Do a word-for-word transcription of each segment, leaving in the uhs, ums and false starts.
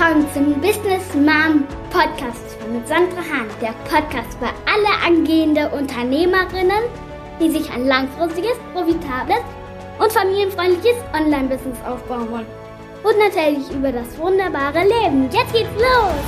willkommen zum Business Mom Podcast mit Sandra Hahn, der Podcast für alle angehende Unternehmerinnen, die sich ein langfristiges, profitables und familienfreundliches Online-Business aufbauen wollen. Und natürlich über das wunderbare Leben. Jetzt geht's los!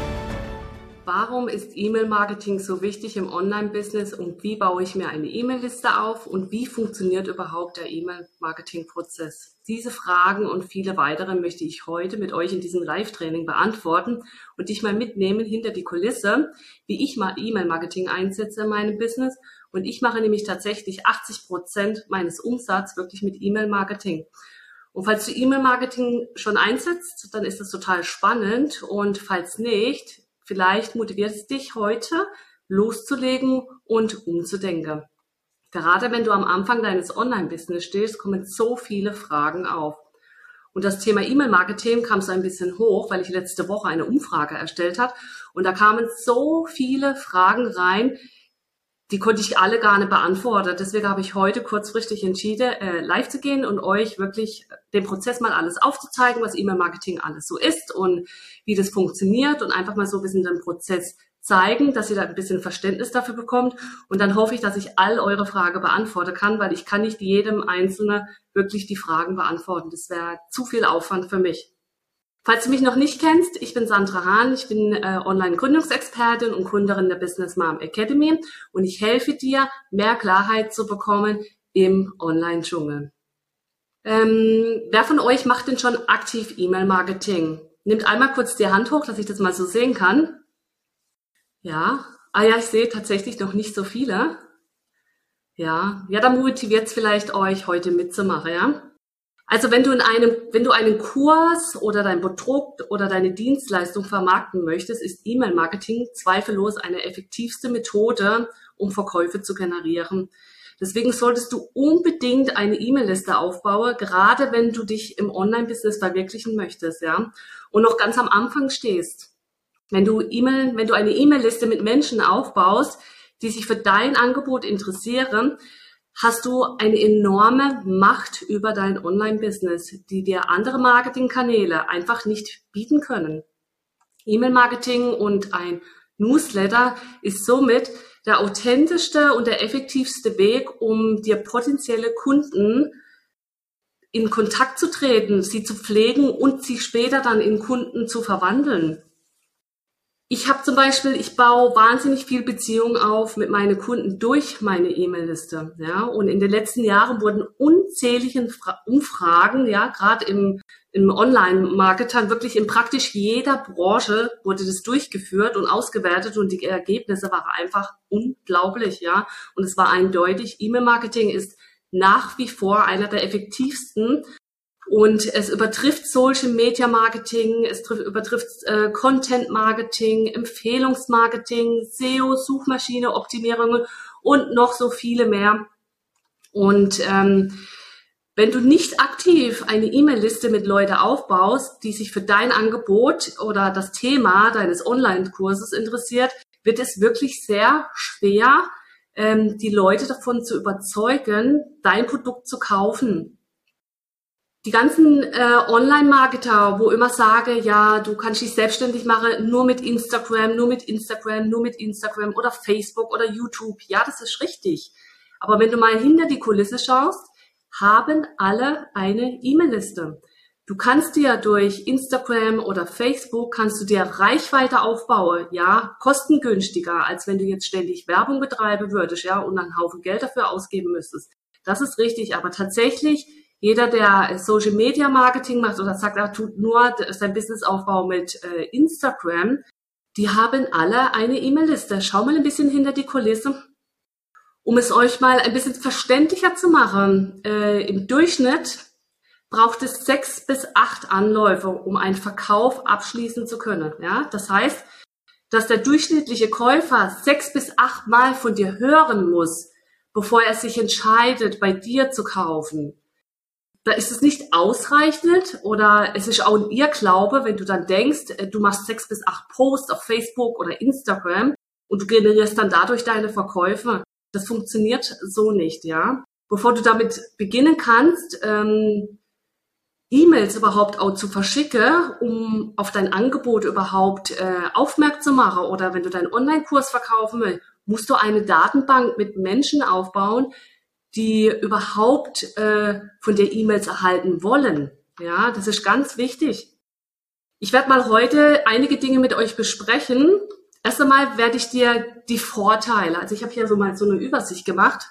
Warum ist E-Mail-Marketing so wichtig im Online-Business und wie baue ich mir eine E-Mail-Liste auf und wie funktioniert überhaupt der E-Mail-Marketing-Prozess? Diese Fragen und viele weitere möchte ich heute mit euch in diesem Live-Training beantworten und dich mal mitnehmen hinter die Kulisse, wie ich mal E-Mail-Marketing einsetze in meinem Business. Und ich mache nämlich tatsächlich achtzig Prozent meines Umsatzes wirklich mit E-Mail-Marketing. Und falls du E-Mail-Marketing schon einsetzt, dann ist das total spannend und falls nicht, vielleicht motiviert es dich heute, loszulegen und umzudenken. Gerade wenn du am Anfang deines Online-Business stehst, kommen so viele Fragen auf. Und das Thema E-Mail-Marketing kam so ein bisschen hoch, weil ich letzte Woche eine Umfrage erstellt habe. Und da kamen so viele Fragen rein, die konnte ich alle gar nicht beantworten. Deswegen habe ich heute kurzfristig entschieden, äh, live zu gehen und euch wirklich den Prozess mal alles aufzuzeigen, was E-Mail-Marketing alles so ist und wie das funktioniert und einfach mal so ein bisschen den Prozess zeigen, dass ihr da ein bisschen Verständnis dafür bekommt. Und dann hoffe ich, dass ich all eure Fragen beantworten kann, weil ich kann nicht jedem Einzelnen wirklich die Fragen beantworten. Das wäre zu viel Aufwand für mich. Falls du mich noch nicht kennst, ich bin Sandra Hahn, ich bin äh, Online-Gründungsexpertin und Gründerin der Business Mom Academy und ich helfe dir, mehr Klarheit zu bekommen im Online-Dschungel. Ähm, wer von euch macht denn schon aktiv E-Mail-Marketing? Nehmt einmal kurz die Hand hoch, dass ich das mal so sehen kann. Ja, ah ja, ich sehe tatsächlich noch nicht so viele. Ja, ja, dann motiviert es vielleicht euch, heute mitzumachen, ja. Also wenn du in einem, wenn du einen Kurs oder dein Produkt oder deine Dienstleistung vermarkten möchtest, ist E-Mail-Marketing zweifellos eine effektivste Methode, um Verkäufe zu generieren. Deswegen solltest du unbedingt eine E-Mail-Liste aufbauen, gerade wenn du dich im Online-Business verwirklichen möchtest, ja, und noch ganz am Anfang stehst. Wenn du E-Mail, wenn du eine E-Mail-Liste mit Menschen aufbaust, die sich für dein Angebot interessieren, hast du eine enorme Macht über dein Online-Business, die dir andere Marketingkanäle einfach nicht bieten können. E-Mail-Marketing und ein Newsletter ist somit der authentischste und der effektivste Weg, um dir potenzielle Kunden in Kontakt zu treten, sie zu pflegen und sie später dann in Kunden zu verwandeln. Ich habe zum Beispiel, ich baue wahnsinnig viel Beziehungen auf mit meinen Kunden durch meine E-Mail-Liste, ja. Und in den letzten Jahren wurden unzählige Umfragen, ja, gerade im, im Online-Marketing, wirklich in praktisch jeder Branche wurde das durchgeführt und ausgewertet und die Ergebnisse waren einfach unglaublich, ja. Und es war eindeutig, E-Mail-Marketing ist nach wie vor einer der effektivsten. Und es übertrifft Social Media Marketing, es trifft, übertrifft äh, Content Marketing, Empfehlungsmarketing, S E O, Suchmaschine Optimierungen und noch so viele mehr. Und ähm, wenn du nicht aktiv eine E-Mail-Liste mit Leuten aufbaust, die sich für dein Angebot oder das Thema deines Online-Kurses interessiert, wird es wirklich sehr schwer, ähm, die Leute davon zu überzeugen, dein Produkt zu kaufen. Die ganzen äh, Online-Marketer, wo immer sage, ja, du kannst dich selbstständig machen, nur mit Instagram, nur mit Instagram, nur mit Instagram oder Facebook oder YouTube. Ja, das ist richtig. Aber wenn du mal hinter die Kulisse schaust, haben alle eine E-Mail-Liste. Du kannst dir durch Instagram oder Facebook, kannst du dir Reichweite aufbauen, ja, kostengünstiger, als wenn du jetzt ständig Werbung betreiben würdest, ja, und einen Haufen Geld dafür ausgeben müsstest. Das ist richtig, aber tatsächlich, jeder, der Social Media Marketing macht oder sagt, er tut nur sein Businessaufbau mit äh, Instagram, die haben alle eine E-Mail-Liste. Schau mal ein bisschen hinter die Kulisse, um es euch mal ein bisschen verständlicher zu machen. Äh, im Durchschnitt braucht es sechs bis acht Anläufe, um einen Verkauf abschließen zu können. Ja, das heißt, dass der durchschnittliche Käufer sechs bis acht Mal von dir hören muss, bevor er sich entscheidet, bei dir zu kaufen. Da ist es nicht ausreichend oder es ist auch ein Irrglaube, wenn du dann denkst, du machst sechs bis acht Posts auf Facebook oder Instagram und du generierst dann dadurch deine Verkäufe. Das funktioniert so nicht, ja. Bevor du damit beginnen kannst, ähm, E-Mails überhaupt auch zu verschicken, um auf dein Angebot überhaupt äh, aufmerksam zu machen, oder wenn du deinen Online-Kurs verkaufen willst, musst du eine Datenbank mit Menschen aufbauen, die überhaupt äh, von dir E-Mails erhalten wollen. Ja, das ist ganz wichtig. Ich werde mal heute einige Dinge mit euch besprechen. Erst einmal werde ich dir die Vorteile, also ich habe hier so mal so eine Übersicht gemacht,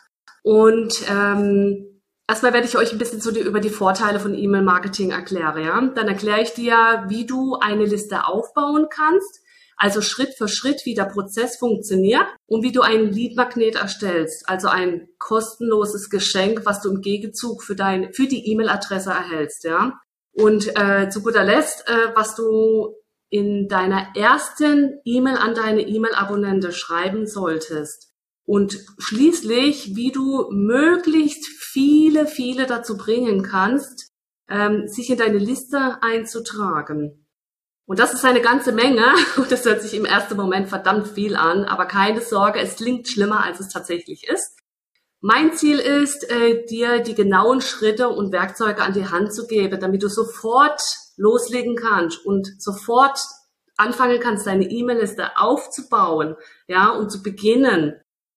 und ähm, erstmal werde ich euch ein bisschen so die, über die Vorteile von E-Mail-Marketing erklären. Ja? Dann erkläre ich dir, wie du eine Liste aufbauen kannst, also Schritt für Schritt, wie der Prozess funktioniert und wie du einen Lead-Magnet erstellst, also ein kostenloses Geschenk, was du im Gegenzug für, dein, für die E-Mail-Adresse erhältst. Ja? Und äh, zu guter Letzt, äh, was du in deiner ersten E-Mail an deine E-Mail-Abonnente schreiben solltest. Und schließlich, wie du möglichst viele, viele dazu bringen kannst, ähm, sich in deine Liste einzutragen. Und das ist eine ganze Menge, und das hört sich im ersten Moment verdammt viel an, aber keine Sorge, es klingt schlimmer, als es tatsächlich ist. Mein Ziel ist, äh, dir die genauen Schritte und Werkzeuge an die Hand zu geben, damit du sofort loslegen kannst und sofort anfangen kannst, deine E-Mail-Liste aufzubauen, ja, und zu beginnen.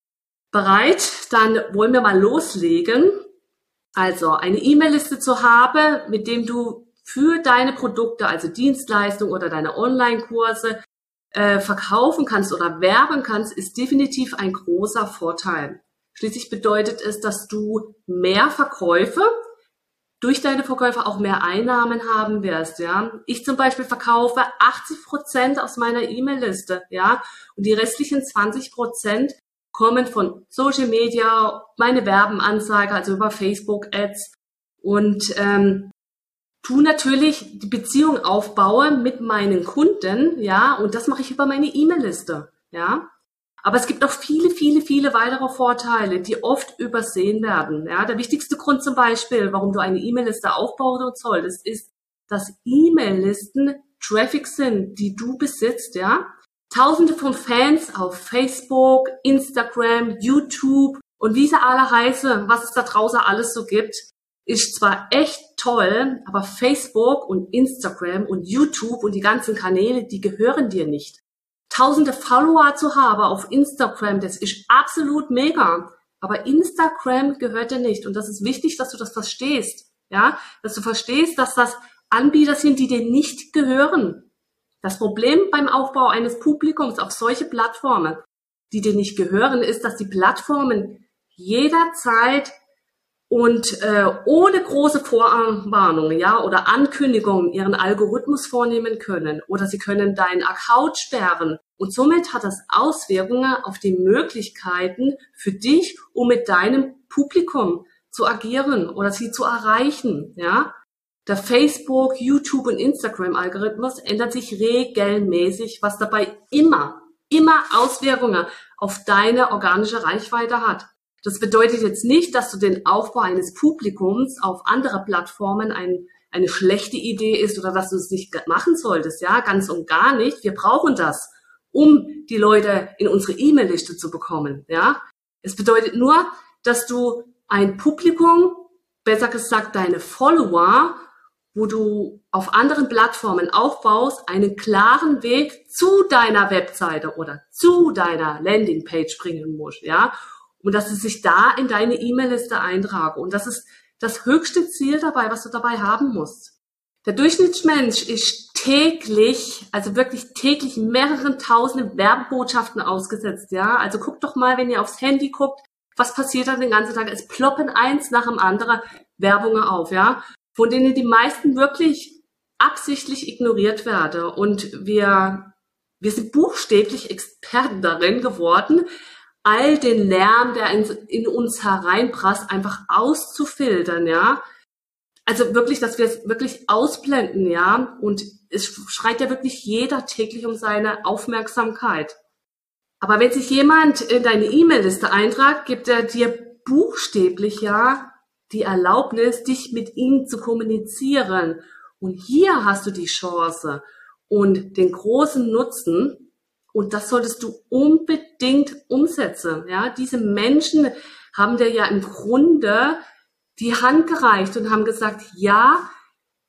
Bereit? Dann wollen wir mal loslegen. Also eine E-Mail-Liste zu haben, mit dem du für deine Produkte, also Dienstleistungen oder deine Online-Kurse äh, verkaufen kannst oder werben kannst, ist definitiv ein großer Vorteil. Schließlich bedeutet es, dass du mehr Verkäufe, durch deine Verkäufe auch mehr Einnahmen haben wirst. Ja, ich zum Beispiel verkaufe achtzig Prozent aus meiner E-Mail-Liste, ja, und die restlichen zwanzig Prozent kommen von Social Media, meine Werbeanzeige, also über Facebook Ads, und ähm, tu natürlich die Beziehung aufbauen mit meinen Kunden, ja, und das mache ich über meine E-Mail-Liste, ja. Aber es gibt noch viele, viele, viele weitere Vorteile, die oft übersehen werden. Ja, der wichtigste Grund zum Beispiel, warum du eine E-Mail-Liste aufbauen solltest, ist, dass E-Mail-Listen Traffic sind, die du besitzt, ja. Tausende von Fans auf Facebook, Instagram, YouTube und wie sie alle heißen, was es da draußen alles so gibt, ist zwar echt toll, aber Facebook und Instagram und YouTube und die ganzen Kanäle, die gehören dir nicht. Tausende Follower zu haben auf Instagram, das ist absolut mega, aber Instagram gehört dir nicht, und das ist wichtig, dass du das verstehst, ja, dass du verstehst, dass das Anbieter sind, die dir nicht gehören. Das Problem beim Aufbau eines Publikums auf solche Plattformen, die dir nicht gehören, ist, dass die Plattformen jederzeit und äh, ohne große Vorwarnung, ja, oder Ankündigung ihren Algorithmus vornehmen können, oder sie können deinen Account sperren, und somit hat das Auswirkungen auf die Möglichkeiten für dich, um mit deinem Publikum zu agieren oder sie zu erreichen, ja. Der Facebook, YouTube und Instagram-Algorithmus ändert sich regelmäßig, was dabei immer, immer Auswirkungen auf deine organische Reichweite hat. Das bedeutet jetzt nicht, dass du den Aufbau eines Publikums auf andere Plattformen ein, eine schlechte Idee ist oder dass du es nicht machen solltest. Ja, ganz und gar nicht. Wir brauchen das, um die Leute in unsere E-Mail-Liste zu bekommen. Ja, es bedeutet nur, dass du ein Publikum, besser gesagt deine Follower, wo du auf anderen Plattformen aufbaust, einen klaren Weg zu deiner Webseite oder zu deiner Landingpage bringen musst, ja, und dass sie sich da in deine E-Mail-Liste eintragen. Und das ist das höchste Ziel dabei, was du dabei haben musst. Der Durchschnittsmensch ist täglich, also wirklich täglich mehreren tausenden Werbebotschaften ausgesetzt, ja. Also guckt doch mal, wenn ihr aufs Handy guckt, was passiert da den ganzen Tag? Es ploppen eins nach dem anderen Werbungen auf, ja, von denen die meisten wirklich absichtlich ignoriert werden. Und wir, wir sind buchstäblich Experten darin geworden, all den Lärm, der in, in uns hereinprasst, einfach auszufiltern, ja. Also wirklich, dass wir es wirklich ausblenden, ja. Und es schreit ja wirklich jeder täglich um seine Aufmerksamkeit. Aber wenn sich jemand in deine E-Mail-Liste eintragt, gibt er dir buchstäblich ja die Erlaubnis, dich mit ihm zu kommunizieren. Und hier hast du die Chance und den großen Nutzen, und das solltest du unbedingt umsetzen. Ja, diese Menschen haben dir ja im Grunde die Hand gereicht und haben gesagt, ja,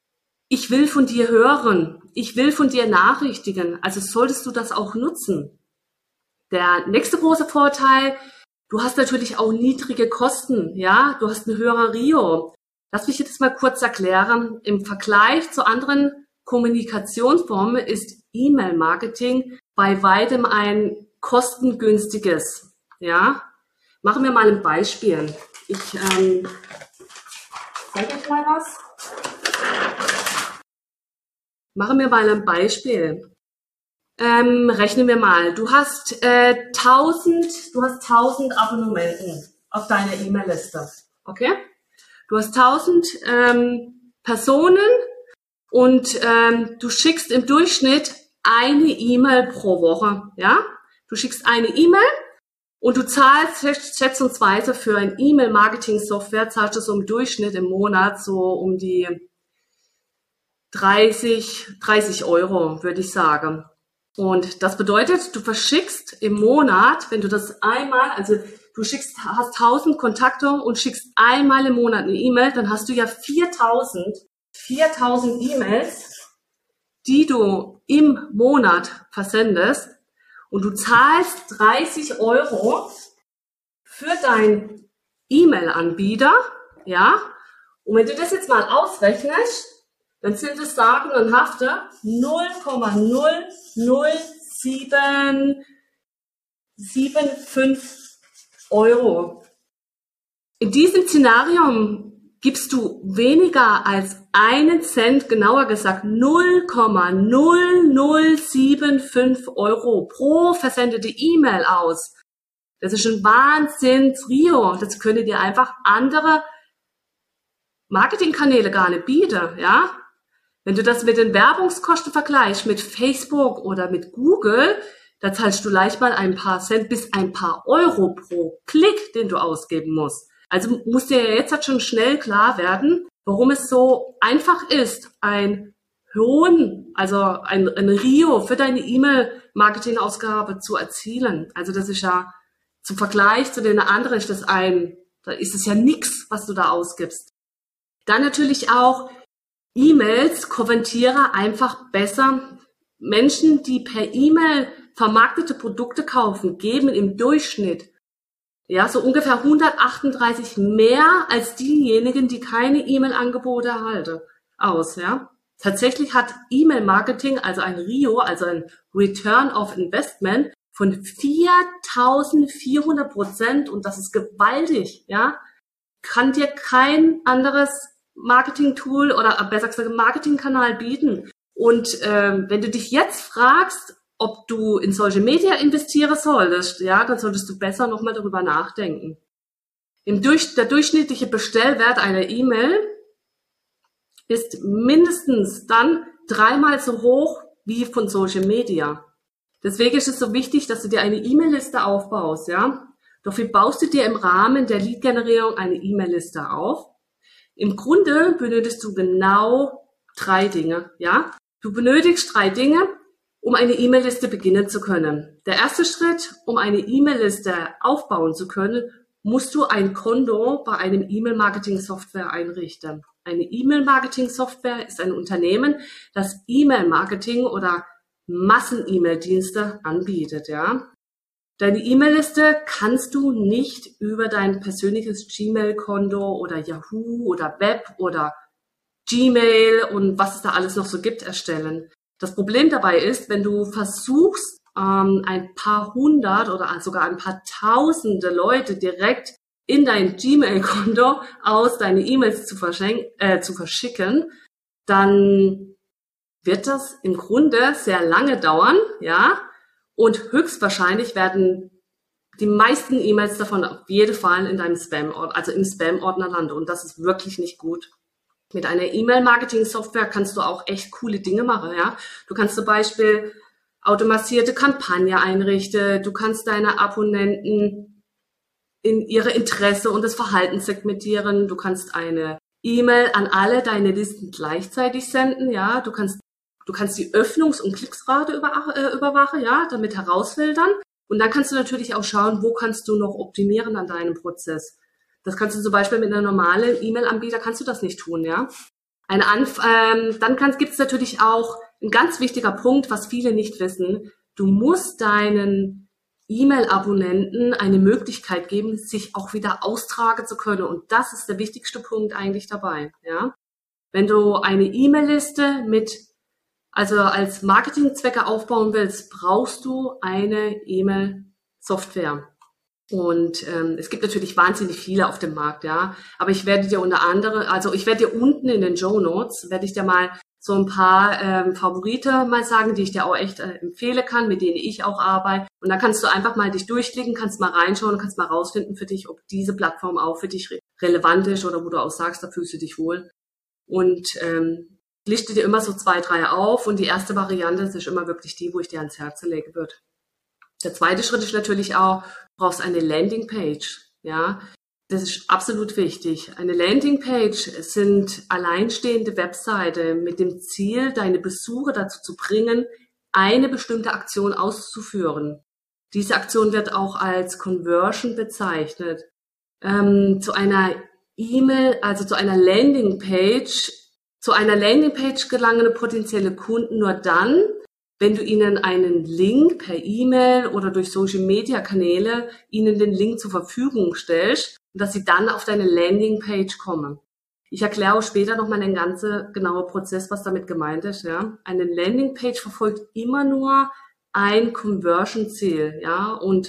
ich will von dir hören, ich will von dir nachrichtigen, also solltest du das auch nutzen. Der nächste große Vorteil, du hast natürlich auch niedrige Kosten, ja, du hast eine höhere R I O. Lass mich jetzt mal kurz erklären. Im Vergleich zu anderen Kommunikationsformen ist E-Mail-Marketing bei weitem ein kostengünstiges, ja. Machen wir mal ein Beispiel. Ich ähm, zeige euch mal was. Machen wir mal ein Beispiel. Ähm, rechnen wir mal. Du hast äh, tausend, du hast tausend Abonnementen auf deiner E-Mail-Liste, okay? Du hast tausend ähm, Personen und ähm, du schickst im Durchschnitt eine E-Mail pro Woche, ja? Du schickst eine E-Mail und du zahlst schätzungsweise für ein E-Mail-Marketing-Software, zahlst du so im Durchschnitt im Monat so um die dreißig Euro, würde ich sagen. Und das bedeutet, du verschickst im Monat, wenn du das einmal, also du schickst, hast tausend Kontakte und schickst einmal im Monat eine E-Mail, dann hast du ja viertausend E-Mails, die du im Monat versendest und du zahlst dreißig Euro für deinen E-Mail-Anbieter, ja. Und wenn du das jetzt mal ausrechnest, dann sind es sagenhafte null Komma null null sieben sieben fünf Euro. In diesem Szenario gibst du weniger als einen Cent, genauer gesagt null Komma null null sieben fünf Euro pro versendete E-Mail aus. Das ist ein Wahnsinns-Rio. Das können dir einfach andere Marketingkanäle gar nicht bieten, ja. Wenn du das mit den Werbungskosten vergleichst, mit Facebook oder mit Google, da zahlst du leicht mal ein paar Cent bis ein paar Euro pro Klick, den du ausgeben musst. Also muss dir jetzt halt schon schnell klar werden, warum es so einfach ist, ein hohen, also ein, ein Rio für deine E-Mail-Marketing-Ausgabe zu erzielen. Also das ist ja zum Vergleich zu den anderen, ist das ein, da ist es ja nix, was du da ausgibst. Dann natürlich auch E-Mails konvertieren einfach besser. Menschen, die per E-Mail vermarktete Produkte kaufen, geben im Durchschnitt ja so ungefähr hundertachtunddreißig mehr als diejenigen, die keine E-Mail-Angebote erhalten, aus. Ja, tatsächlich hat E-Mail-Marketing also ein R I O, also ein Return of Investment von viertausendvierhundert Prozent und das ist gewaltig. Ja, kann dir kein anderes Marketing-Tool oder besser gesagt Marketingkanal bieten. Und ähm, wenn du dich jetzt fragst, ob du in Social Media investieren solltest, ja, dann solltest du besser nochmal darüber nachdenken. Im Durch, der durchschnittliche Bestellwert einer E-Mail ist mindestens dann dreimal so hoch wie von Social Media. Deswegen ist es so wichtig, dass du dir eine E-Mail-Liste aufbaust, ja. Doch wie baust du dir im Rahmen der Lead-Generierung eine E-Mail-Liste auf? Im Grunde benötigst du genau drei Dinge, ja. Du benötigst drei Dinge, um eine E-Mail-Liste beginnen zu können. Der erste Schritt, um eine E-Mail-Liste aufbauen zu können, musst du ein Konto bei einem E-Mail-Marketing-Software einrichten. Eine E-Mail-Marketing-Software ist ein Unternehmen, das E-Mail-Marketing oder Massen-E-Mail-Dienste anbietet, ja. Deine E-Mail-Liste kannst du nicht über dein persönliches Gmail-Konto oder Yahoo oder Web oder Gmail und was es da alles noch so gibt, erstellen. Das Problem dabei ist, wenn du versuchst, ähm, ein paar hundert oder sogar ein paar tausende Leute direkt in dein Gmail-Konto aus deine E-Mails zu, verschenken, äh, zu verschicken, dann wird das im Grunde sehr lange dauern, ja. Und höchstwahrscheinlich werden die meisten E-Mails davon auf jeden Fall in deinem Spam-Ordner, also im Spam-Ordner landen. Und das ist wirklich nicht gut. Mit einer E-Mail-Marketing-Software kannst du auch echt coole Dinge machen, ja. Du kannst zum Beispiel automatisierte Kampagne einrichten. Du kannst deine Abonnenten in ihre Interesse und das Verhalten segmentieren. Du kannst eine E-Mail an alle deine Listen gleichzeitig senden, ja. Du kannst Du kannst die Öffnungs- und Klicksrate über, äh, überwachen, ja, damit herausfiltern. Und dann kannst du natürlich auch schauen, wo kannst du noch optimieren an deinem Prozess. Das kannst du zum Beispiel mit einer normalen E-Mail-Anbieter kannst du das nicht tun, ja. Eine Anf ähm, dann gibt es natürlich auch ein ganz wichtiger Punkt, was viele nicht wissen. Du musst deinen E-Mail-Abonnenten eine Möglichkeit geben, sich auch wieder austragen zu können. Und das ist der wichtigste Punkt eigentlich dabei. Ja? Wenn du eine E-Mail-Liste mit, also als Marketingzwecke aufbauen willst, brauchst du eine E-Mail-Software. Und ähm, es gibt natürlich wahnsinnig viele auf dem Markt, ja. Aber ich werde dir unter anderem, also ich werde dir unten in den Show Notes, werde ich dir mal so ein paar ähm, Favorite mal sagen, die ich dir auch echt äh, empfehlen kann, mit denen ich auch arbeite. Und da kannst du einfach mal dich durchklicken, kannst mal reinschauen, kannst mal rausfinden für dich, ob diese Plattform auch für dich re relevant ist oder wo du auch sagst, da fühlst du dich wohl. Und ähm, lichte dir immer so zwei, drei auf. Und die erste Variante ist immer wirklich die, wo ich dir ans Herz legen würde. Der zweite Schritt ist natürlich auch, du brauchst eine Landingpage, ja. Das ist absolut wichtig. Eine Landingpage sind alleinstehende Webseite mit dem Ziel, deine Besucher dazu zu bringen, eine bestimmte Aktion auszuführen. Diese Aktion wird auch als Conversion bezeichnet. Ähm, zu einer E-Mail, also zu einer Landingpage, zu einer Landingpage gelangen potenzielle Kunden nur dann, wenn du ihnen einen Link per E-Mail oder durch Social-Media-Kanäle ihnen den Link zur Verfügung stellst und dass sie dann auf deine Landingpage kommen. Ich erkläre auch später nochmal den ganzen genauen Prozess, was damit gemeint ist. Ja. Eine Landingpage verfolgt immer nur ein Conversion-Ziel, ja, und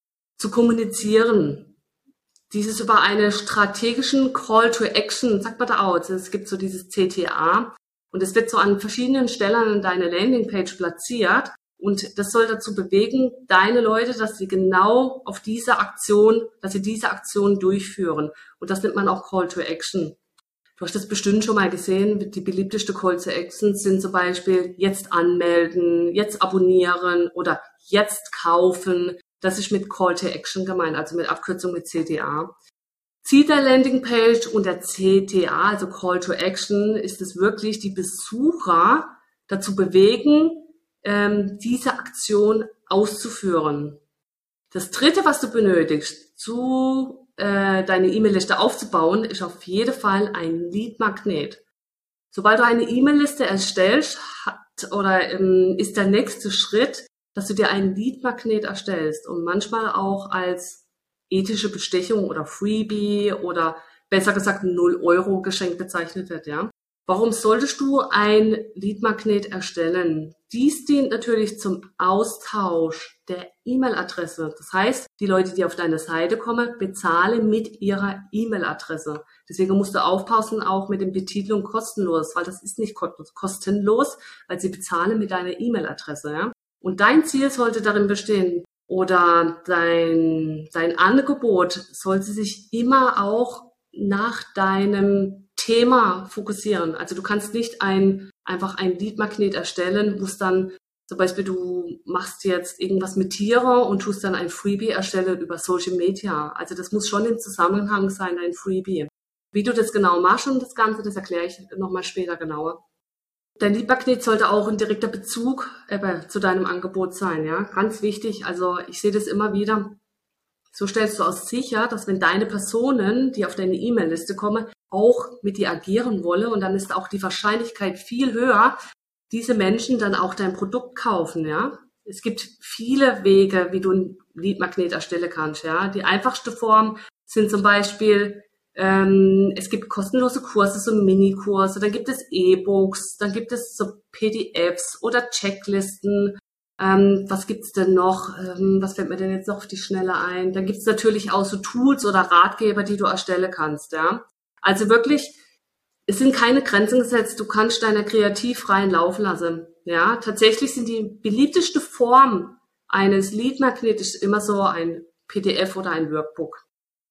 zu kommunizieren. Dieses über einen strategischen Call to Action, sagt man da auch, es gibt so dieses C T A. Und es wird so an verschiedenen Stellen an deiner Landingpage platziert und das soll dazu bewegen, deine Leute, dass sie genau auf diese Aktion, dass sie diese Aktion durchführen. Und das nennt man auch Call to Action. Du hast das bestimmt schon mal gesehen. Die beliebteste Call to Action sind zum Beispiel jetzt anmelden, jetzt abonnieren oder jetzt kaufen. Das ist mit Call to Action gemeint, also mit Abkürzung mit C T A. Ziel der Landingpage und der C T A, also Call to Action, ist es wirklich, die Besucher dazu bewegen, ähm, diese Aktion auszuführen. Das dritte, was du benötigst, zu äh, deine E-Mail-Liste aufzubauen, ist auf jeden Fall ein Lead-Magnet. Sobald du eine E-Mail-Liste erstellst, hat, oder ähm, ist der nächste Schritt, dass du dir einen Lead-Magnet erstellst und manchmal auch als ethische Bestechung oder Freebie oder besser gesagt null Euro Geschenk bezeichnet wird, ja. Warum solltest du ein Lead-Magnet erstellen? Dies dient natürlich zum Austausch der E-Mail-Adresse. Das heißt, die Leute, die auf deine Seite kommen, bezahlen mit ihrer E-Mail-Adresse. Deswegen musst du aufpassen, auch mit dem Betitelung kostenlos, weil das ist nicht kostenlos, weil sie bezahlen mit deiner E-Mail-Adresse, ja. Und dein Ziel sollte darin bestehen, oder dein, dein Angebot sollte sich immer auch nach deinem Thema fokussieren. Also du kannst nicht ein, einfach ein Lead-Magnet erstellen, wo es dann, zum Beispiel du machst jetzt irgendwas mit Tieren und tust dann ein Freebie erstellen über Social Media. Also das muss schon im Zusammenhang sein, ein Freebie. Wie du das genau machst und das Ganze, das erkläre ich nochmal später genauer. Dein Lead-Magnet sollte auch ein direkter Bezug äh, zu deinem Angebot sein, ja, ganz wichtig. Also ich sehe das immer wieder. So stellst du auch sicher, dass wenn deine Personen, die auf deine E-Mail-Liste kommen, auch mit dir agieren wollen und dann ist auch die Wahrscheinlichkeit viel höher, diese Menschen dann auch dein Produkt kaufen, ja. Es gibt viele Wege, wie du ein Lead-Magnet erstellen kannst, ja. Die einfachste Form sind zum Beispiel Ähm, es gibt kostenlose Kurse, so Mini-Kurse, dann gibt es E-Books, dann gibt es so P D Fs oder Checklisten. Ähm, was gibt's denn noch? Ähm, was fällt mir denn jetzt noch auf die Schnelle ein? Dann gibt's natürlich auch so Tools oder Ratgeber, die du erstellen kannst, ja. Also wirklich, es sind keine Grenzen gesetzt. Du kannst deiner kreativ freien Lauf lassen, ja. Tatsächlich sind die beliebteste Form eines Lead-Magnets immer so ein P D F oder ein Workbook.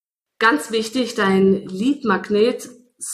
Ganz wichtig, dein Lead-Magnet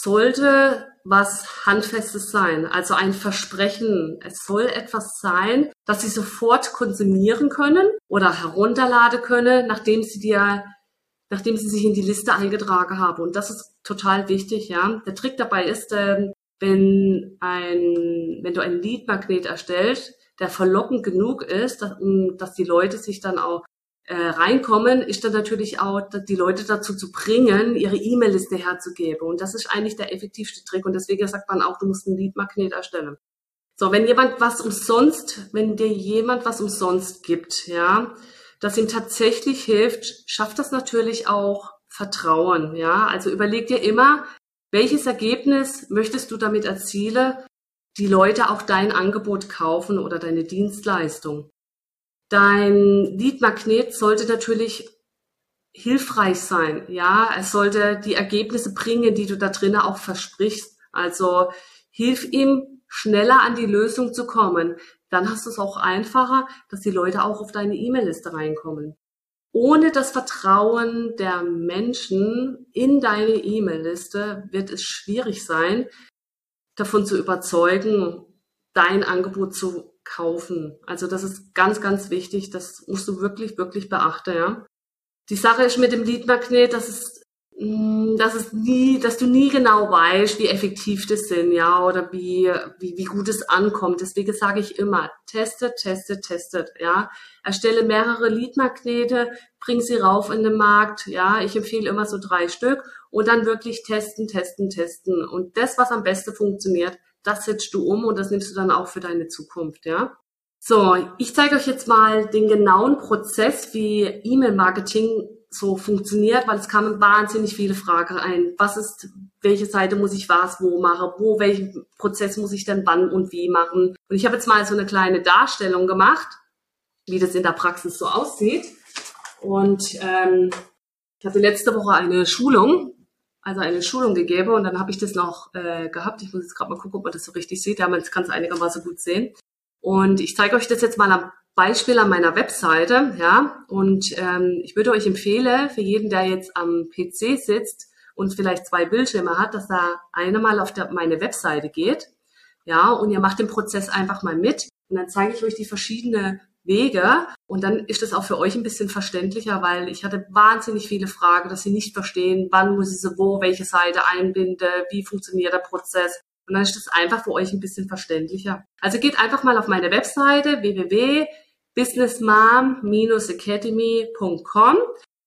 sollte was Handfestes sein, also ein Versprechen. Es soll etwas sein, das sie sofort konsumieren können oder herunterladen können, nachdem sie dir, nachdem sie sich in die Liste eingetragen haben. Und das ist total wichtig, ja. Der Trick dabei ist, äh, wenn ein, wenn du einen Lead-Magnet erstellst, der verlockend genug ist, dass, um, dass die Leute sich dann auch äh, reinkommen, ist dann natürlich auch die Leute dazu zu bringen, ihre E-Mail-Liste herzugeben. Und das ist eigentlich der effektivste Trick. Und deswegen sagt man auch, du musst einen Lead-Magnet erstellen. So, wenn jemand was umsonst, wenn dir jemand was umsonst gibt, ja, das ihm tatsächlich hilft, schafft das natürlich auch Vertrauen, ja. Also überleg dir immer, welches Ergebnis möchtest du damit erzielen, die Leute auch dein Angebot kaufen oder deine Dienstleistung. Dein Lead-Magnet sollte natürlich hilfreich sein, ja. Es sollte die Ergebnisse bringen, die du da drinnen auch versprichst. Also hilf ihm, schneller an die Lösung zu kommen. Dann hast du es auch einfacher, dass die Leute auch auf deine E-Mail-Liste reinkommen. Ohne das Vertrauen der Menschen in deine E-Mail-Liste wird es schwierig sein, davon zu überzeugen, dein Angebot zu kaufen. Also das ist ganz, ganz wichtig. Das musst du wirklich, wirklich beachten, ja. Die Sache ist mit dem Lead-Magnet, dass es, dass es nie, dass du nie genau weißt, wie effektiv das sind, ja, oder wie, wie, wie gut es ankommt. Deswegen sage ich immer, testet, testet, testet, ja. Erstelle mehrere Lead-Magnete, bring sie rauf in den Markt, ja. Ich empfehle immer so drei Stück und dann wirklich testen, testen, testen. Und das, was am besten funktioniert, das setzt du um und das nimmst du dann auch für deine Zukunft, ja. So, ich zeige euch jetzt mal den genauen Prozess, wie E-Mail-Marketing so funktioniert, weil es kamen wahnsinnig viele Fragen ein. Was ist, welche Seite muss ich was, wo machen, wo, welchen Prozess muss ich denn wann und wie machen? Und ich habe jetzt mal so eine kleine Darstellung gemacht, wie das in der Praxis so aussieht. Und ähm, ich hatte letzte Woche eine Schulung, also eine Schulung gegeben und dann habe ich das noch äh, gehabt. Ich muss jetzt gerade mal gucken, ob man das so richtig sieht. Ja, man kann es einigermaßen gut sehen. Und ich zeige euch das jetzt mal am Beispiel an meiner Webseite, ja. Und ähm, ich würde euch empfehlen, für jeden, der jetzt am P C sitzt und vielleicht zwei Bildschirme hat, dass er eine mal auf der, meine Webseite geht, ja. Und ihr macht den Prozess einfach mal mit. Und dann zeige ich euch die verschiedenen Wege. Und dann ist das auch für euch ein bisschen verständlicher, weil ich hatte wahnsinnig viele Fragen, dass sie nicht verstehen, wann muss ich sie wo, welche Seite einbinden, wie funktioniert der Prozess. Und dann ist das einfach für euch ein bisschen verständlicher. Also geht einfach mal auf meine Webseite w w w punkt business mom dash academy punkt com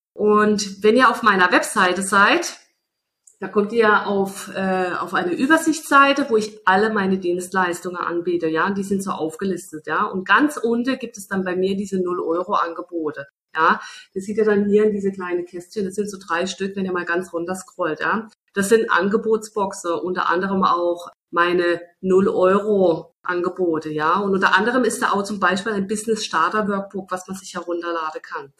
und wenn ihr auf meiner Webseite seid, da kommt ihr auf, äh, auf eine Übersichtsseite, wo ich alle meine Dienstleistungen anbiete, ja, und die sind so aufgelistet, ja, und ganz unten gibt es dann bei mir diese null Euro Angebote, ja, das seht ihr dann hier in diese kleine Kästchen, das sind so drei Stück, wenn ihr mal ganz runter scrollt, ja, das sind Angebotsboxen, unter anderem auch meine null Euro Angebote, ja, und unter anderem ist da auch zum Beispiel ein Business Starter Workbook, was man sich herunterladen kann.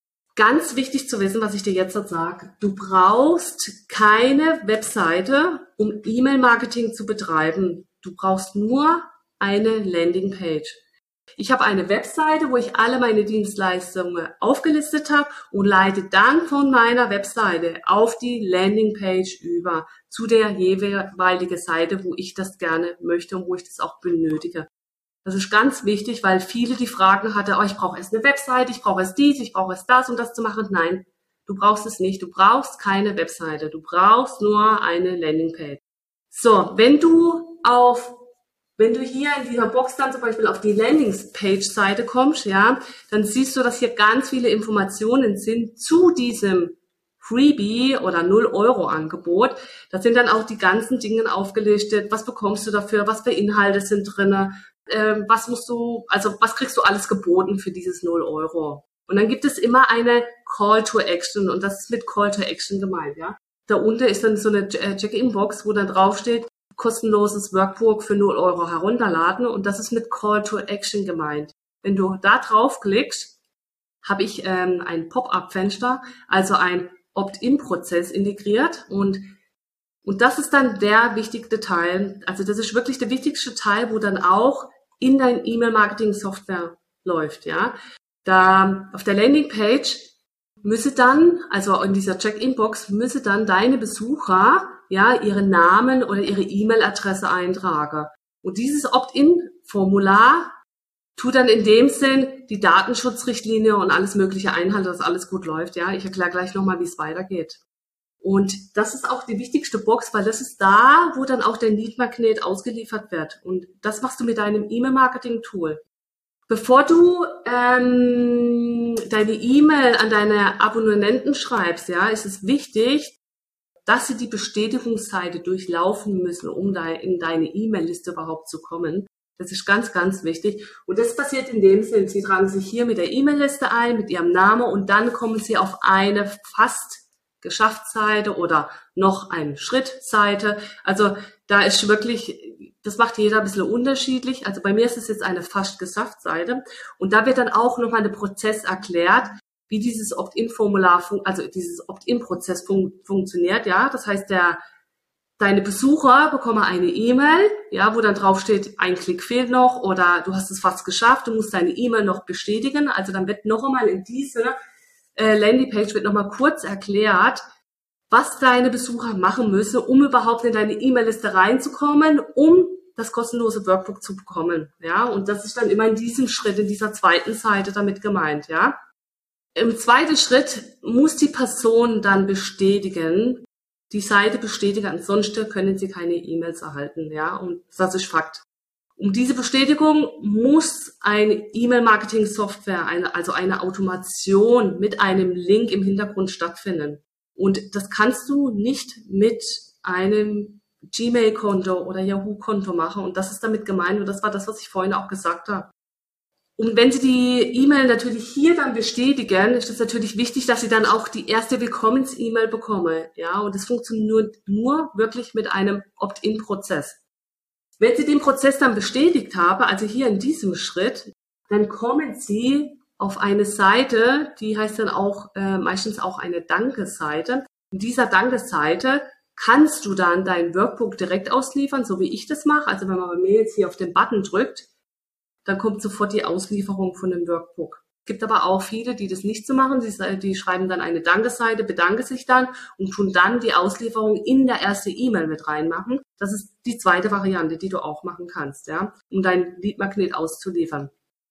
Ganz wichtig zu wissen, was ich dir jetzt sage, du brauchst keine Webseite, um E-Mail-Marketing zu betreiben. Du brauchst nur eine Landingpage. Ich habe eine Webseite, wo ich alle meine Dienstleistungen aufgelistet habe und leite dann von meiner Webseite auf die Landingpage über zu der jeweiligen Seite, wo ich das gerne möchte und wo ich das auch benötige. Das ist ganz wichtig, weil viele die Fragen hatten, oh, ich brauche erst eine Webseite, ich brauche erst dies, ich brauche erst das, um das zu machen. Nein, du brauchst es nicht. Du brauchst keine Webseite. Du brauchst nur eine Landingpage. So, wenn du auf Wenn du hier in dieser Box dann zum Beispiel auf die Landingpage-Seite kommst, ja, dann siehst du, dass hier ganz viele Informationen sind zu diesem Freebie oder null Euro Angebot. Da sind dann auch die ganzen Dinge aufgelistet. Was bekommst du dafür? Was für Inhalte sind drinne? Ähm, was musst du, also was kriegst du alles geboten für dieses null Euro? Und dann gibt es immer eine Call to Action und das ist mit Call to Action gemeint, ja. Da unten ist dann so eine Check-in-Box, wo dann drauf steht, kostenloses Workbook für null Euro herunterladen und das ist mit Call to Action gemeint. Wenn du da draufklickst, habe ich ähm, ein Pop-up-Fenster, also ein Opt-in-Prozess integriert und und das ist dann der wichtigste Teil, also das ist wirklich der wichtigste Teil, wo dann auch in dein E-Mail-Marketing-Software läuft, ja. Da auf der Landingpage müsse dann, also in dieser Check-in-Box, müsse dann deine Besucher ja ihren Namen oder ihre E-Mail-Adresse eintragen. Und dieses Opt-in-Formular tut dann in dem Sinn die Datenschutzrichtlinie und alles Mögliche einhalten, dass alles gut läuft. Ja, ich erkläre gleich nochmal, wie es weitergeht. Und das ist auch die wichtigste Box, weil das ist da, wo dann auch der Lead-Magnet ausgeliefert wird. Und das machst du mit deinem E-Mail-Marketing-Tool. Bevor du ähm, deine E-Mail an deine Abonnenten schreibst, ja, ist es wichtig, dass sie die Bestätigungsseite durchlaufen müssen, um da in deine E-Mail-Liste überhaupt zu kommen. Das ist ganz, ganz wichtig. Und das passiert in dem Sinn, sie tragen sich hier mit der E-Mail-Liste ein, mit ihrem Namen und dann kommen sie auf eine fast Geschäftsseite oder noch eine Schrittseite. Also da ist wirklich, das macht jeder ein bisschen unterschiedlich. Also bei mir ist es jetzt eine fast Geschäftsseite und da wird dann auch nochmal der Prozess erklärt, wie dieses Opt-in-Formular, also dieses Opt-in-Prozess fun funktioniert. Ja, das heißt, der Deine Besucher bekommen eine E-Mail, ja, wo dann drauf steht, ein Klick fehlt noch oder du hast es fast geschafft, du musst deine E-Mail noch bestätigen. Also dann wird noch einmal in diese äh, Landingpage wird noch mal kurz erklärt, was deine Besucher machen müssen, um überhaupt in deine E-Mail-Liste reinzukommen, um das kostenlose Workbook zu bekommen. Ja, und das ist dann immer in diesem Schritt, in dieser zweiten Seite damit gemeint. Ja, im zweiten Schritt muss die Person dann bestätigen, die Seite bestätigen, ansonsten können sie keine E-Mails erhalten, ja, und das ist Fakt. Um diese Bestätigung muss eine E-Mail-Marketing-Software, eine, also eine Automation mit einem Link im Hintergrund stattfinden. Und das kannst du nicht mit einem Gmail-Konto oder Yahoo-Konto machen und das ist damit gemeint und das war das, was ich vorhin auch gesagt habe. Und wenn Sie die E-Mail natürlich hier dann bestätigen, ist es natürlich wichtig, dass Sie dann auch die erste Willkommens-E-Mail bekommen. Ja, und das funktioniert nur wirklich mit einem Opt-in-Prozess. Wenn Sie den Prozess dann bestätigt haben, also hier in diesem Schritt, dann kommen Sie auf eine Seite, die heißt dann auch äh, meistens auch eine Danke-Seite. In dieser Danke-Seite kannst du dann dein Workbook direkt ausliefern, so wie ich das mache. Also wenn man bei mir jetzt hier auf den Button drückt, dann kommt sofort die Auslieferung von dem Workbook. Es gibt aber auch viele, die das nicht so machen. Die, die schreiben dann eine Danke-Seite, bedanken sich dann und tun dann die Auslieferung in der erste E-Mail mit reinmachen. Das ist die zweite Variante, die du auch machen kannst, ja, um dein Lead-Magnet auszuliefern.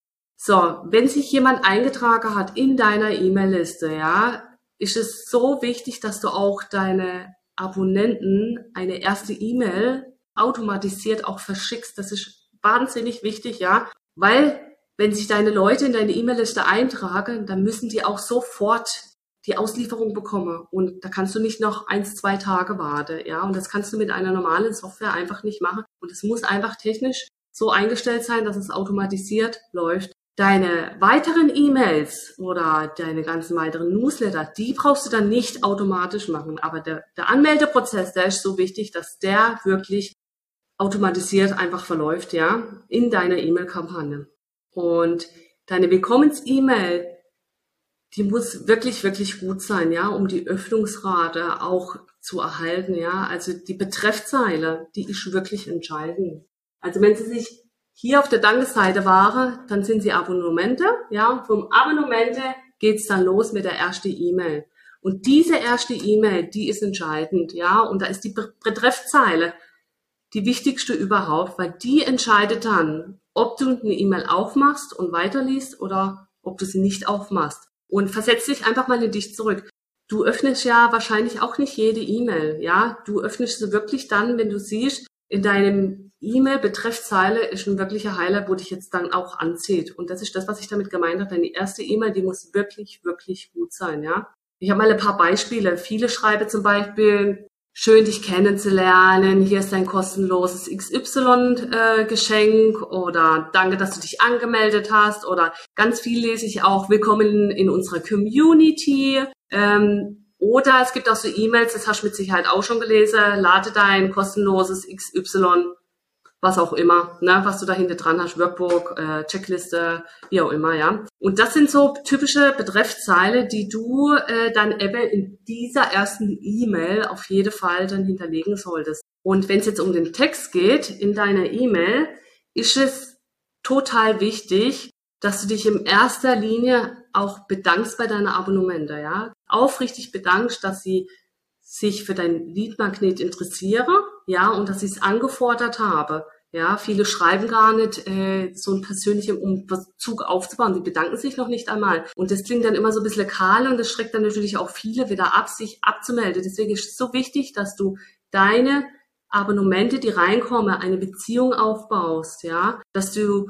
So, wenn sich jemand eingetragen hat in deiner E-Mail-Liste, ja, ist es so wichtig, dass du auch deine Abonnenten eine erste E-Mail automatisiert auch verschickst. Das ist wahnsinnig wichtig, ja. Weil, wenn sich deine Leute in deine E-Mail-Liste eintragen, dann müssen die auch sofort die Auslieferung bekommen. Und da kannst du nicht noch eins, zwei Tage warten, ja. Und das kannst du mit einer normalen Software einfach nicht machen. Und es muss einfach technisch so eingestellt sein, dass es automatisiert läuft. Deine weiteren E-Mails oder deine ganzen weiteren Newsletter, die brauchst du dann nicht automatisch machen. Aber der, der Anmeldeprozess, der ist so wichtig, dass der wirklich automatisiert einfach verläuft, ja, in deiner E-Mail-Kampagne. Und deine Willkommens-E-Mail, die muss wirklich, wirklich gut sein, ja, um die Öffnungsrate auch zu erhalten, ja. Also die Betreffzeile, die ist wirklich entscheidend. Also wenn Sie sich hier auf der Danke-Seite waren, dann sind Sie Abonnemente, ja, und vom Abonnemente geht's dann los mit der ersten E-Mail. Und diese erste E-Mail, die ist entscheidend, ja, und da ist die Betreffzeile die wichtigste überhaupt, weil die entscheidet dann, ob du eine E-Mail aufmachst und weiterliest oder ob du sie nicht aufmachst. Und versetz dich einfach mal in dich zurück. Du öffnest ja wahrscheinlich auch nicht jede E-Mail, ja. Du öffnest sie wirklich dann, wenn du siehst, in deinem E-Mail-Betreffzeile ist ein wirklicher Highlight, wo dich jetzt dann auch anzieht. Und das ist das, was ich damit gemeint habe. Deine erste E-Mail, die muss wirklich, wirklich gut sein, ja. Ich habe mal ein paar Beispiele. Viele schreiben zum Beispiel, schön, dich kennenzulernen. Hier ist ein kostenloses X Y-Geschenk äh, oder danke, dass du dich angemeldet hast. Oder ganz viel lese ich auch, willkommen in unserer Community. Ähm, oder es gibt auch so E-Mails, das hast du mit Sicherheit auch schon gelesen, lade dein kostenloses X Y, was auch immer, ne, was du da hinten dran hast, Workbook, äh, Checkliste, wie auch immer, ja. Und das sind so typische Betreffzeile, die du äh, dann eben in dieser ersten E-Mail auf jeden Fall dann hinterlegen solltest. Und wenn es jetzt um den Text geht in deiner E-Mail, ist es total wichtig, dass du dich in erster Linie auch bedankst bei deiner Abonnemente, ja. Aufrichtig bedankst, dass sie sich für dein Lead-Magnet interessieren, ja, und dass ich es angefordert habe. Ja, viele schreiben gar nicht äh, so einen persönlichen um Bezug aufzubauen. Sie bedanken sich noch nicht einmal. Und das klingt dann immer so ein bisschen kahl und das schreckt dann natürlich auch viele wieder ab, sich abzumelden. Deswegen ist es so wichtig, dass du deine Abonnemente, die reinkommen, eine Beziehung aufbaust, ja, dass du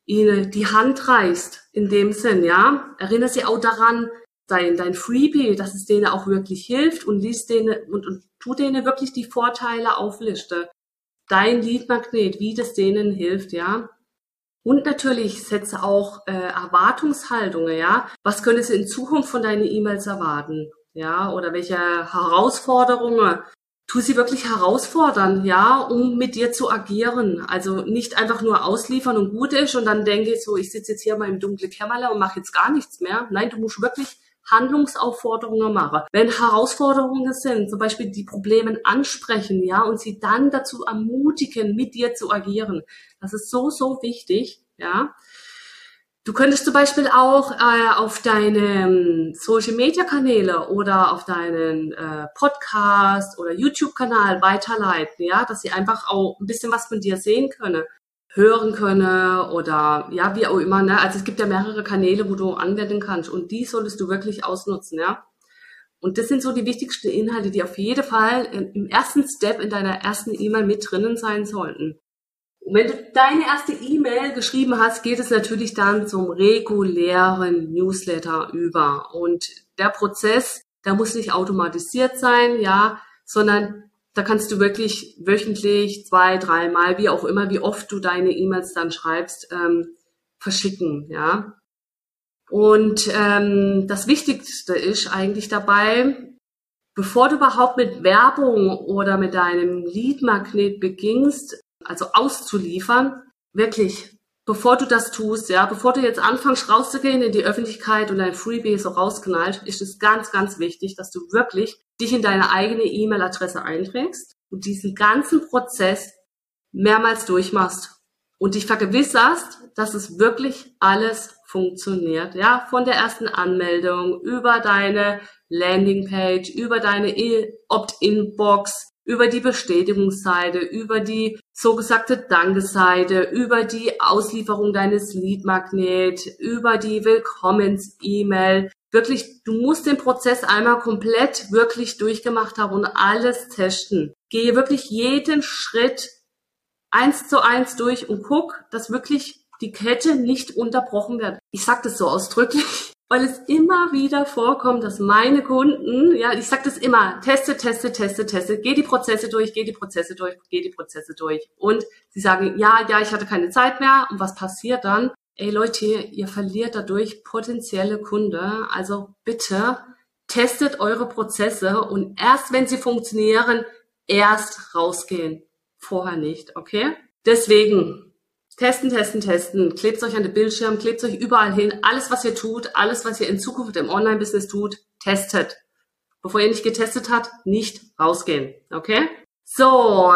ihnen die Hand reichst, in dem Sinn, ja. Erinnere sie auch daran, dein, dein Freebie, dass es denen auch wirklich hilft und liest denen und, und tu denen wirklich die Vorteile aufliste. Dein Leadmagnet, wie das denen hilft, ja. Und natürlich setze auch äh, Erwartungshaltungen, ja. Was können sie in Zukunft von deinen E-Mails erwarten, ja? Oder welche Herausforderungen? Tu sie wirklich herausfordern, ja, um mit dir zu agieren. Also nicht einfach nur ausliefern und gut ist und dann denke ich so, ich sitze jetzt hier mal im dunklen Kämmerlein und mache jetzt gar nichts mehr. Nein, du musst wirklich Handlungsaufforderungen machen. Wenn Herausforderungen sind, zum Beispiel die Probleme ansprechen, ja, und sie dann dazu ermutigen, mit dir zu agieren. Das ist so, so wichtig, ja. Du könntest zum Beispiel auch äh, auf deine Social-Media-Kanäle oder auf deinen äh, Podcast oder YouTube-Kanal weiterleiten, ja, dass sie einfach auch ein bisschen was von dir sehen können, hören können oder ja, wie auch immer, ne? Also es gibt ja mehrere Kanäle, wo du anwenden kannst und die solltest du wirklich ausnutzen, ja. Und das sind so die wichtigsten Inhalte, die auf jeden Fall im ersten Step in deiner ersten E-Mail mit drinnen sein sollten. Und wenn du deine erste E-Mail geschrieben hast, geht es natürlich dann zum regulären Newsletter über. Und der Prozess, der muss nicht automatisiert sein, ja, sondern da kannst du wirklich wöchentlich, zwei, dreimal, wie auch immer, wie oft du deine E-Mails dann schreibst, ähm, verschicken, ja. Und ähm, das Wichtigste ist eigentlich dabei, bevor du überhaupt mit Werbung oder mit deinem Lead-Magnet beginnst, also auszuliefern, wirklich, bevor du das tust, ja, bevor du jetzt anfängst rauszugehen in die Öffentlichkeit und dein Freebie so rausknallt, ist es ganz, ganz wichtig, dass du wirklich dich in deine eigene E-Mail-Adresse einträgst und diesen ganzen Prozess mehrmals durchmachst und dich vergewisserst, dass es wirklich alles funktioniert, ja, von der ersten Anmeldung über deine Landingpage, über deine Opt-in-Box, über die Bestätigungsseite, über die so gesagte Danke-Seite, über die Auslieferung deines Lead-Magnet, über die Willkommens-E-Mail. Wirklich, du musst den Prozess einmal komplett wirklich durchgemacht haben und alles testen. Gehe wirklich jeden Schritt eins zu eins durch und guck, dass wirklich die Kette nicht unterbrochen wird. Ich sage das so ausdrücklich, weil es immer wieder vorkommt, dass meine Kunden, ja, ich sage das immer, teste, teste, teste, teste, geh die Prozesse durch, geh die Prozesse durch, geh die Prozesse durch. Und sie sagen, ja, ja, ich hatte keine Zeit mehr. Und was passiert dann? Ey Leute, ihr verliert dadurch potenzielle Kunden. Also bitte testet eure Prozesse und erst wenn sie funktionieren, erst rausgehen. Vorher nicht, okay? Deswegen testen, testen, testen. Klebt euch an den Bildschirm, klebt euch überall hin. Alles, was ihr tut, alles, was ihr in Zukunft im Online-Business tut, testet. Bevor ihr nicht getestet habt, nicht rausgehen, okay? So,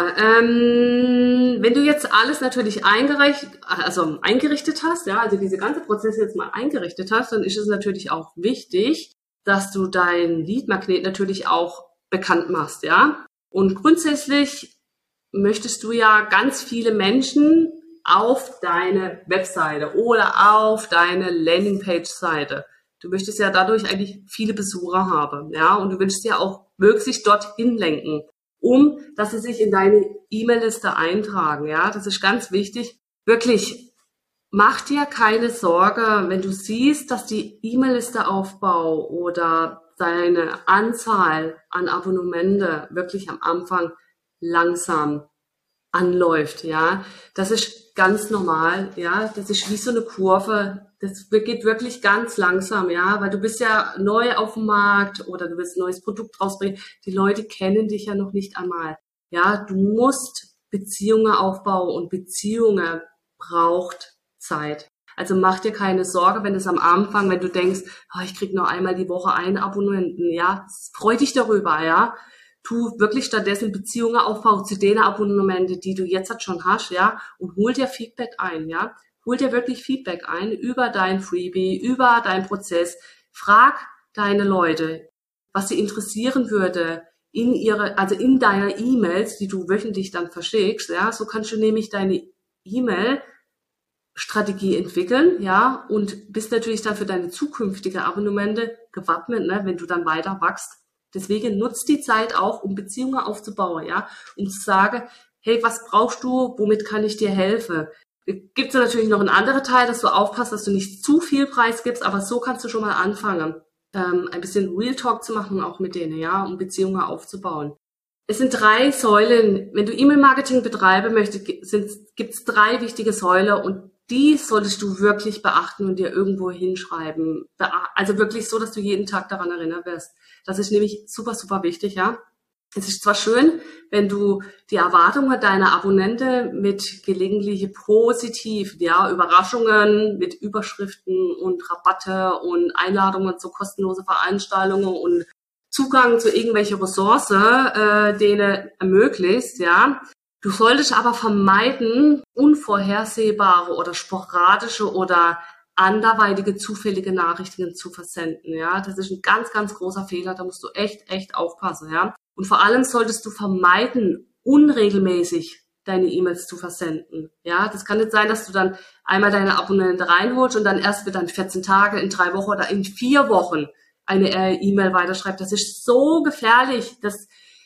ähm, wenn du jetzt alles natürlich eingerichtet, also eingerichtet hast, ja, also diese ganze Prozesse jetzt mal eingerichtet hast, dann ist es natürlich auch wichtig, dass du dein Lead-Magnet natürlich auch bekannt machst, ja. Und grundsätzlich möchtest du ja ganz viele Menschen auf deine Webseite oder auf deine Landingpage-Seite. Du möchtest ja dadurch eigentlich viele Besucher haben, ja, und du willst ja auch möglichst dorthin lenken, um, dass sie sich in deine E-Mail-Liste eintragen, ja. Das ist ganz wichtig. Wirklich, mach dir keine Sorge, wenn du siehst, dass die E-Mail-Liste-Aufbau oder deine Anzahl an Abonnemente wirklich am Anfang langsam anläuft, ja. Das ist ganz normal, ja. Das ist wie so eine Kurve. Das geht wirklich ganz langsam, ja, weil du bist ja neu auf dem Markt oder du willst ein neues Produkt rausbringen. Die Leute kennen dich ja noch nicht einmal. Ja, du musst Beziehungen aufbauen und Beziehungen braucht Zeit. Also mach dir keine Sorge, wenn es am Anfang, wenn du denkst, oh, ich krieg nur einmal die Woche einen Abonnenten, ja, freu dich darüber, ja. Tu wirklich stattdessen Beziehungen aufbauen zu den Abonnementen, die du jetzt schon hast, ja, und hol dir Feedback ein, ja. Hol dir wirklich Feedback ein über dein Freebie, über deinen Prozess. Frag deine Leute, was sie interessieren würde in ihre, also in deiner E-Mails, die du wöchentlich dann verschickst, ja. So kannst du nämlich deine E-Mail-Strategie entwickeln, ja, und bist natürlich dann für deine zukünftige Abonnemente gewappnet, ne, wenn du dann weiter wachst. Deswegen nutzt die Zeit auch, um Beziehungen aufzubauen, ja, um zu sagen, hey, was brauchst du, womit kann ich dir helfen? Gibt es natürlich noch einen anderen Teil, dass du aufpasst, dass du nicht zu viel Preis gibst, aber so kannst du schon mal anfangen, ähm, ein bisschen Real Talk zu machen, auch mit denen, ja, um Beziehungen aufzubauen. Es sind drei Säulen. Wenn du E-Mail-Marketing betreiben möchtest, gibt es drei wichtige Säulen und die solltest du wirklich beachten und dir irgendwo hinschreiben. Also wirklich so, dass du jeden Tag daran erinnert wirst. Das ist nämlich super, super wichtig, ja. Es ist zwar schön, wenn du die Erwartungen deiner Abonnenten mit gelegentliche positiv, ja, Überraschungen, mit Überschriften und Rabatte und Einladungen zu kostenlose Veranstaltungen und Zugang zu irgendwelchen Ressourcen, äh, denen ermöglicht, ja. Du solltest aber vermeiden, unvorhersehbare oder sporadische oder anderweitige zufällige Nachrichten zu versenden, ja. Das ist ein ganz, ganz großer Fehler. Da musst du echt, echt aufpassen, ja. Und vor allem solltest du vermeiden, unregelmäßig deine E-Mails zu versenden, ja. Das kann nicht sein, dass du dann einmal deine Abonnenten reinholst und dann erst wieder in vierzehn Tage, in drei Wochen oder in vier Wochen eine E-Mail weiterschreibt. Das ist so gefährlich, dass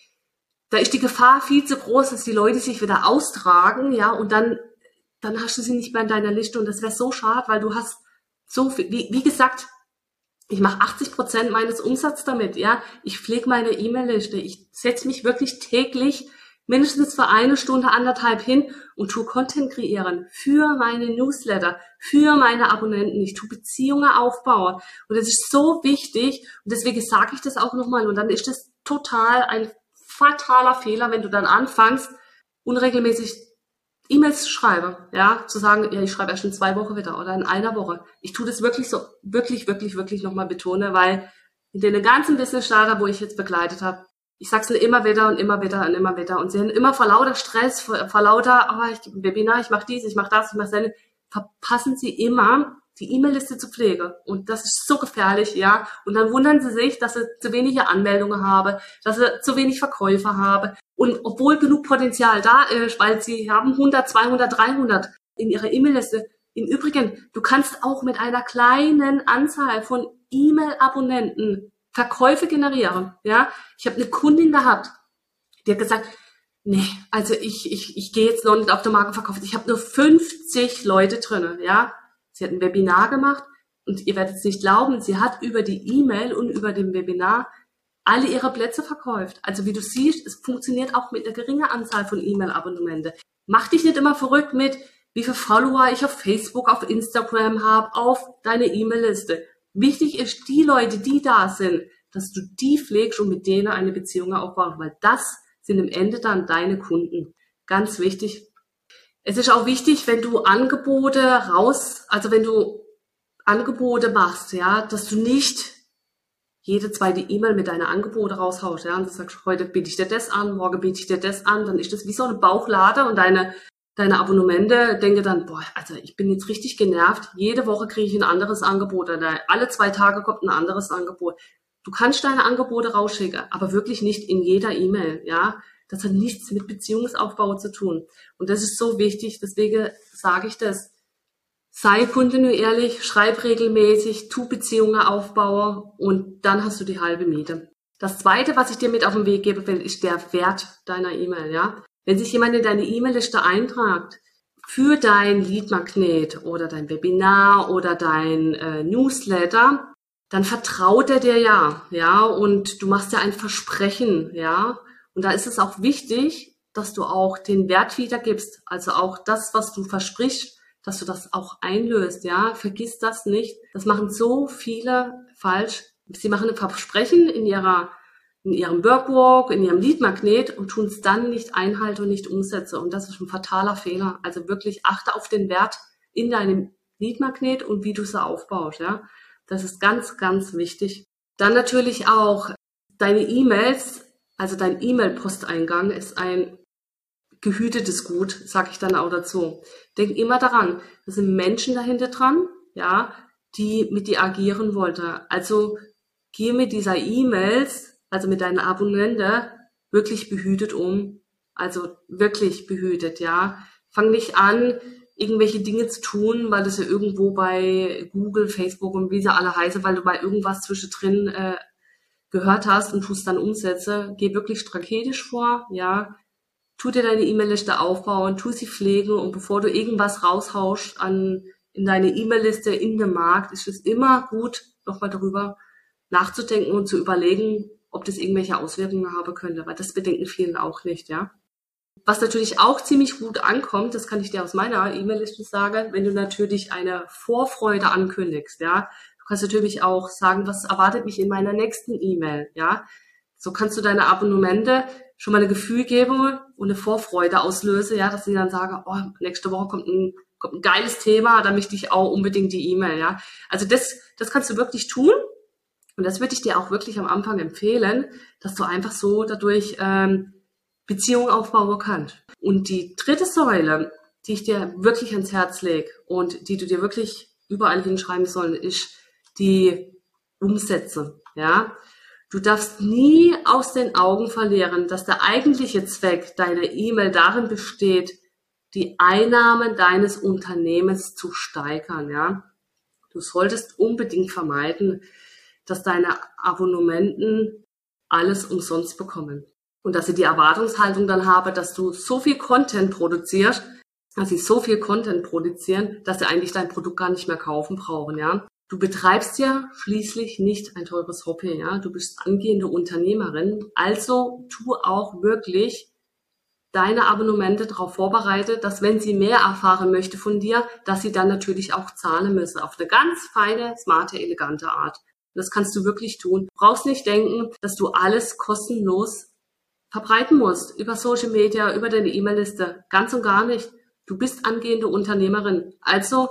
da ist die Gefahr viel zu groß, dass die Leute sich wieder austragen, ja, und dann, dann hast du sie nicht mehr in deiner Liste und das wäre so schade, weil du hast so viel, wie, wie gesagt, ich mache achtzig Prozent meines Umsatzes damit, ja, ich pflege meine E-Mail-Liste, ich setze mich wirklich täglich mindestens für eine Stunde, anderthalb hin und tue Content kreieren für meine Newsletter, für meine Abonnenten. Ich tue Beziehungen aufbauen und das ist so wichtig und deswegen sage ich das auch nochmal und dann ist das total ein fataler Fehler, wenn du dann anfängst, unregelmäßig E-Mails zu schreiben, ja, zu sagen, ja, ich schreibe erst in zwei Wochen wieder oder in einer Woche. Ich tue das wirklich so, wirklich, wirklich, wirklich nochmal betone, weil in den ganzen Business-Starter, wo ich jetzt begleitet habe, ich sag's ihnen immer wieder und immer wieder und immer wieder und sie haben immer vor lauter Stress, vor, vor lauter, oh, ich gebe ein Webinar, ich mache dies, ich mache das, ich mache das, verpassen sie immer, die E-Mail-Liste zu pflegen. Und das ist so gefährlich, ja. Und dann wundern sie sich, dass sie zu wenige Anmeldungen haben, dass sie zu wenig Verkäufer haben. Und obwohl genug Potenzial da ist, weil sie haben hundert, zweihundert, dreihundert in ihrer E-Mail-Liste. Im Übrigen, du kannst auch mit einer kleinen Anzahl von E-Mail-Abonnenten Verkäufe generieren, ja. Ich habe eine Kundin gehabt, die hat gesagt, nee, also ich ich ich gehe jetzt noch nicht auf der Markenverkauf. Ich habe nur fünfzig Leute drinne, ja. Sie hat ein Webinar gemacht und ihr werdet es nicht glauben, sie hat über die E-Mail und über dem Webinar alle ihre Plätze verkauft. Also wie du siehst, es funktioniert auch mit einer geringen Anzahl von E-Mail-Abonnementen. Mach dich nicht immer verrückt mit, wie viele Follower ich auf Facebook, auf Instagram habe, auf deine E-Mail-Liste. Wichtig ist, die Leute, die da sind, dass du die pflegst und mit denen eine Beziehung aufbaust, weil das sind am Ende dann deine Kunden. Ganz wichtig. Es ist auch wichtig, wenn du Angebote raus, also wenn du Angebote machst, ja, dass du nicht jede zweite E-Mail mit deinen Angeboten raushaust, ja, und du sagst, heute biete ich dir das an, morgen biete ich dir das an, dann ist das wie so eine Bauchlade und deine deine Abonnemente denke dann, boah, also ich bin jetzt richtig genervt, jede Woche kriege ich ein anderes Angebot oder alle zwei Tage kommt ein anderes Angebot. Du kannst deine Angebote rausschicken, aber wirklich nicht in jeder E-Mail, ja. Das hat nichts mit Beziehungsaufbau zu tun. Und das ist so wichtig, deswegen sage ich das. Sei kontinuierlich, schreib regelmäßig, tu Beziehungen aufbauen und dann hast du die halbe Miete. Das Zweite, was ich dir mit auf den Weg geben will, ist der Wert deiner E-Mail, ja. Wenn sich jemand in deine E-Mail-Liste eintragt für dein Lead-Magnet oder dein Webinar oder dein äh, Newsletter, dann vertraut er dir ja, ja, und du machst ja ein Versprechen, ja. Und da ist es auch wichtig, dass du auch den Wert wiedergibst, also auch das, was du versprichst, dass du das auch einlöst, ja. Vergiss das nicht. Das machen so viele falsch. Sie machen ein Versprechen in ihrer in ihrem Workbook, in ihrem Lead-Magnet und tun es dann nicht einhalten und nicht umsetzen. Und das ist ein fataler Fehler. Also wirklich achte auf den Wert in deinem Lead-Magnet und wie du sie aufbaust, ja. Das ist ganz, ganz wichtig. Dann natürlich auch deine E-Mails, also dein E-Mail-Posteingang ist ein gehütetes Gut, sage ich dann auch dazu. Denk immer daran, da sind Menschen dahinter dran, ja, die mit dir agieren wollten. Also geh mit dieser E-Mails, also mit deinen Abonnenten, wirklich behütet um. Also wirklich behütet, ja. Fang nicht an, irgendwelche Dinge zu tun, weil das ja irgendwo bei Google, Facebook und wie sie alle heißen, weil du bei irgendwas zwischendrin äh, gehört hast und tust dann Umsätze. Geh wirklich strategisch vor, ja. tu dir deine E-Mail-Liste aufbauen, tu sie pflegen und bevor du irgendwas raushaust an, in deine E-Mail-Liste in den Markt, ist es immer gut, nochmal darüber nachzudenken und zu überlegen, ob das irgendwelche Auswirkungen haben könnte, weil das bedenken vielen auch nicht, ja. Was natürlich auch ziemlich gut ankommt, das kann ich dir aus meiner E-Mail-Liste sagen, wenn du natürlich eine Vorfreude ankündigst, ja. Du kannst natürlich auch sagen, was erwartet mich in meiner nächsten E-Mail, ja. So kannst du deine Abonnemente schon mal ein Gefühl geben und eine Vorfreude auslösen, ja, dass sie dann sagen, oh, nächste Woche kommt ein, kommt ein geiles Thema, da möchte ich auch unbedingt die E-Mail, ja. Also das, das kannst du wirklich tun. Und das würde ich dir auch wirklich am Anfang empfehlen, dass du einfach so dadurch ähm, Beziehungen aufbauen kannst. Und die dritte Säule, die ich dir wirklich ans Herz lege und die du dir wirklich überall hinschreiben sollst, ist die Umsätze. Ja, du darfst nie aus den Augen verlieren, dass der eigentliche Zweck deiner E-Mail darin besteht, die Einnahmen deines Unternehmens zu steigern. Ja, du solltest unbedingt vermeiden, dass deine Abonnenten alles umsonst bekommen. Und dass sie die Erwartungshaltung dann haben, dass du so viel Content produzierst, dass sie so viel Content produzieren, dass sie eigentlich dein Produkt gar nicht mehr kaufen brauchen, ja. Du betreibst ja schließlich nicht ein teures Hobby, ja. Du bist angehende Unternehmerin. Also tu auch wirklich deine Abonnemente darauf vorbereitet, dass wenn sie mehr erfahren möchte von dir, dass sie dann natürlich auch zahlen müssen. Auf eine ganz feine, smarte, elegante Art. Das kannst du wirklich tun. Du brauchst nicht denken, dass du alles kostenlos verbreiten musst. Über Social Media, über deine E-Mail-Liste. Ganz und gar nicht. Du bist angehende Unternehmerin. Also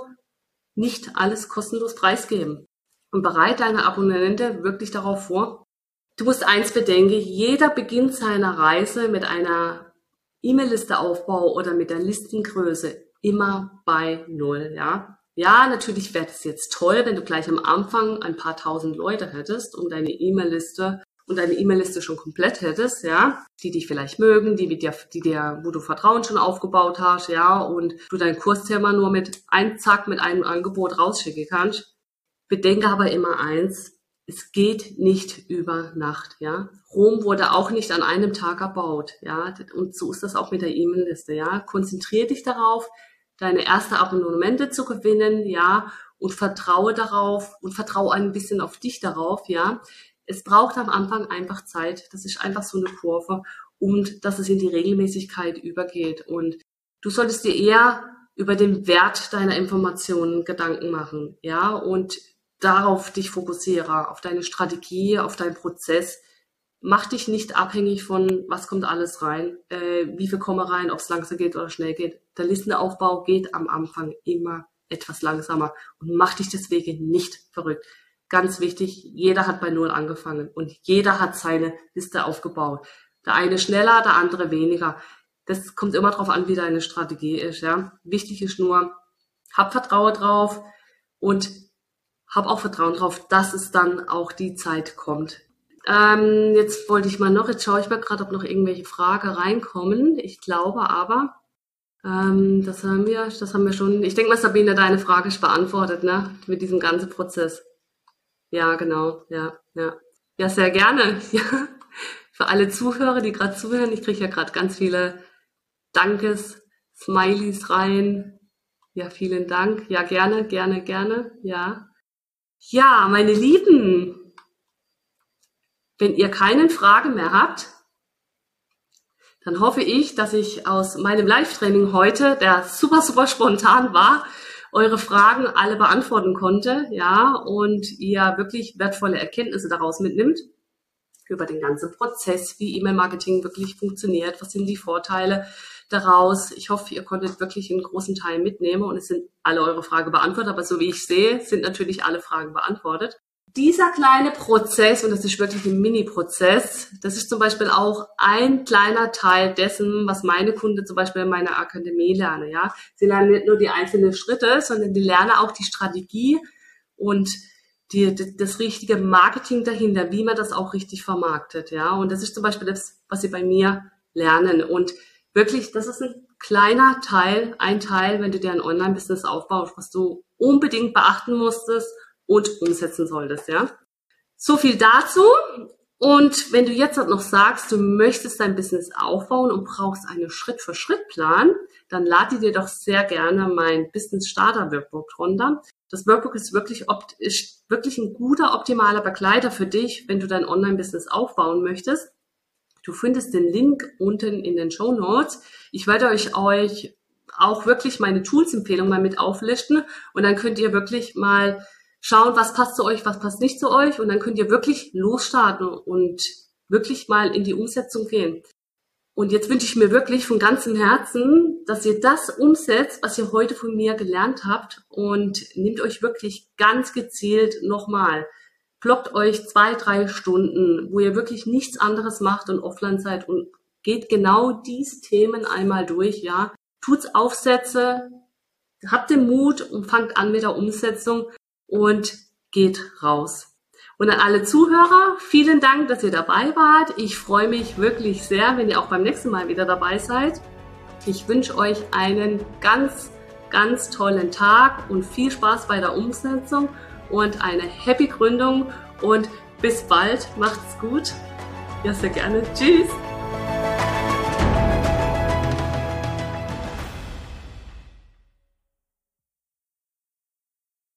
nicht alles kostenlos preisgeben. Und bereite deine Abonnenten wirklich darauf vor. Du musst eins bedenken. Jeder beginnt seine Reise mit einer E-Mail-Liste Aufbau oder mit der Listengröße immer bei Null, ja. Ja, natürlich wäre es jetzt toll, wenn du gleich am Anfang ein paar tausend Leute hättest und deine E-Mail-Liste und deine E-Mail-Liste schon komplett hättest, ja, die dich vielleicht mögen, die mit dir, die dir, wo du Vertrauen schon aufgebaut hast, ja, und du dein Kursthema nur mit einem Zack, mit einem Angebot rausschicken kannst. Bedenke aber immer eins, es geht nicht über Nacht, ja. Rom wurde auch nicht an einem Tag erbaut, ja, und so ist das auch mit der E-Mail-Liste, ja. Konzentriere dich darauf, deine erste Abonnemente zu gewinnen, ja, und vertraue darauf und vertraue ein bisschen auf dich darauf, ja. Es braucht am Anfang einfach Zeit, das ist einfach so eine Kurve und dass es in die Regelmäßigkeit übergeht und du solltest dir eher über den Wert deiner Informationen Gedanken machen, ja, und darauf dich fokussiere, auf deine Strategie, auf deinen Prozess. Mach dich nicht abhängig von, was kommt alles rein, äh, wie viel komme rein, ob es langsam geht oder schnell geht. Der Listenaufbau geht am Anfang immer etwas langsamer und mach dich deswegen nicht verrückt. Ganz wichtig, jeder hat bei Null angefangen und jeder hat seine Liste aufgebaut. Der eine schneller, der andere weniger. Das kommt immer darauf an, wie deine Strategie ist. Ja. Wichtig ist nur, hab Vertrauen drauf und hab auch Vertrauen drauf, dass es dann auch die Zeit kommt. Ähm, jetzt wollte ich mal noch, jetzt schaue ich mal gerade, ob noch irgendwelche Fragen reinkommen. Ich glaube aber, ähm, das haben wir, das haben wir schon. Ich denke mal, Sabine, deine Frage ist beantwortet, ne, mit diesem ganzen Prozess. Ja, genau, ja, ja. Ja, sehr gerne. Ja. Für alle Zuhörer, die gerade zuhören, ich kriege ja gerade ganz viele Dankes-Smileys rein. Ja, vielen Dank. Ja, gerne, gerne, gerne, ja. Ja, meine Lieben, wenn ihr keine Fragen mehr habt, dann hoffe ich, dass ich aus meinem Live-Training heute, der super, super spontan war, eure Fragen alle beantworten konnte, ja, und ihr wirklich wertvolle Erkenntnisse daraus mitnimmt über den ganzen Prozess, wie E-Mail-Marketing wirklich funktioniert, was sind die Vorteile daraus. Ich hoffe, ihr konntet wirklich einen großen Teil mitnehmen und es sind alle eure Fragen beantwortet, aber so wie ich sehe, sind natürlich alle Fragen beantwortet. Dieser kleine Prozess, und das ist wirklich ein Mini-Prozess, das ist zum Beispiel auch ein kleiner Teil dessen, was meine Kunden zum Beispiel in meiner Akademie lernen. Ja, sie lernen nicht nur die einzelnen Schritte, sondern die lernen auch die Strategie und die, das richtige Marketing dahinter, wie man das auch richtig vermarktet. Ja, und das ist zum Beispiel das, was sie bei mir lernen. Und wirklich, das ist ein kleiner Teil, ein Teil, wenn du dir ein Online-Business aufbaust, was du unbedingt beachten musstest und umsetzen solltest, ja. So viel dazu. Und wenn du jetzt noch sagst, du möchtest dein Business aufbauen und brauchst einen Schritt-für-Schritt-Plan, dann lade dir doch sehr gerne mein Business Starter Workbook runter. Das Workbook ist wirklich, ist wirklich ein guter, optimaler Begleiter für dich, wenn du dein Online-Business aufbauen möchtest. Du findest den Link unten in den Shownotes. Ich werde euch, euch auch wirklich meine Tools-Empfehlung mal mit auflisten und dann könnt ihr wirklich mal schauen, was passt zu euch, was passt nicht zu euch und dann könnt ihr wirklich losstarten und wirklich mal in die Umsetzung gehen. Und jetzt wünsche ich mir wirklich von ganzem Herzen, dass ihr das umsetzt, was ihr heute von mir gelernt habt und nehmt euch wirklich ganz gezielt nochmal. Blockt euch zwei, drei Stunden, wo ihr wirklich nichts anderes macht und offline seid und geht genau diese Themen einmal durch, ja. Tut's Aufsätze, habt den Mut und fangt an mit der Umsetzung und geht raus. Und an alle Zuhörer, vielen Dank, dass ihr dabei wart. Ich freue mich wirklich sehr, wenn ihr auch beim nächsten Mal wieder dabei seid. Ich wünsche euch einen ganz, ganz tollen Tag und viel Spaß bei der Umsetzung und eine happy Gründung und bis bald. Macht's gut. Ja, sehr gerne. Tschüss.